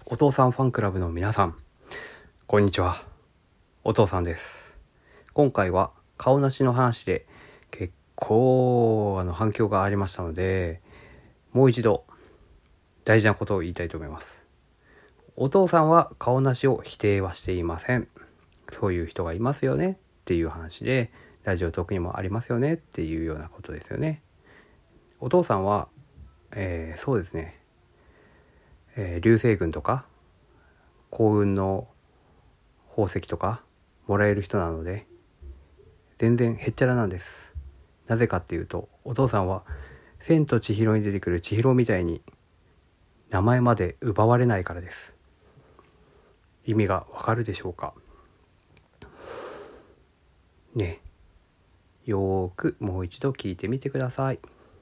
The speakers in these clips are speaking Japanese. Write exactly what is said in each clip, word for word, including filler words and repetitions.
お父さんファンクラブの皆さん、こんにちは。お父さんです。今回は顔なしの話で結構あの反響がありましたので、もう一度大事なことを言いたいと思います。お父さんは顔なしを否定はしていません。そういう人がいますよねっていう話で、ラジオトークにもありますよねっていうようなことですよね。お父さんは、えー、そうですね、えー、流星群とか幸運の宝石とかもらえる人なので、全然へっちゃらなんです。なぜかっていうと、お父さんは千と千尋に出てくる千尋みたいに名前まで奪われないからです。意味がわかるでしょうかね。よーくもう一度聞いてみてください。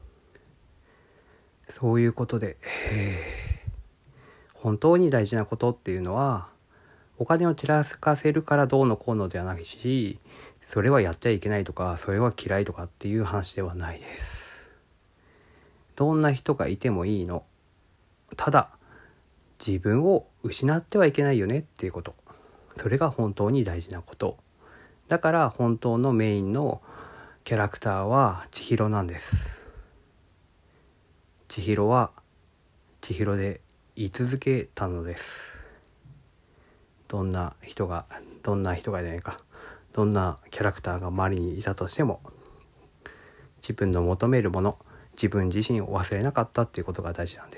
そういうことで、本当に大事なことっていうのは、お金を散らかせるからどうのこうのではないし、それはやっちゃいけないとか、それは嫌いとかっていう話ではないです。どんな人がいてもいいの。ただ、自分を失ってはいけないよねっていうこと。それが本当に大事なこと。だから本当のメインのキャラクターは千尋なんです。千尋は千尋で居続けたのです。どんな人が、どんな人がじゃないか、どんなキャラクターが周りにいたとしても、自分の求めるもの、自分自身を忘れなかったっていうことが大事なんです。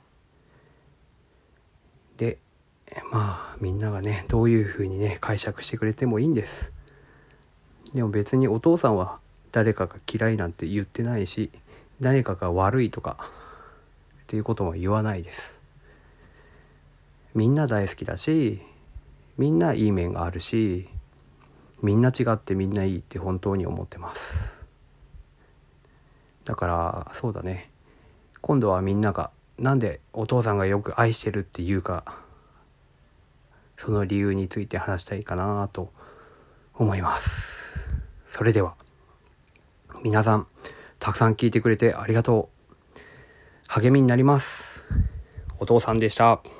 で、まあみんながね、どういうふうにね解釈してくれてもいいんです。でも別にお父さんは誰かが嫌いなんて言ってないし、誰かが悪いとかっていうことも言わないです。みんな大好きだし、みんないい面があるし、みんな違ってみんないいって本当に思ってます。だからそうだね、今度はみんながなんでお父さんがよく愛してるっていうか、その理由について話したいかなと思います。それでは皆さん、たくさん聞いてくれてありがとう。励みになります。お父さんでした。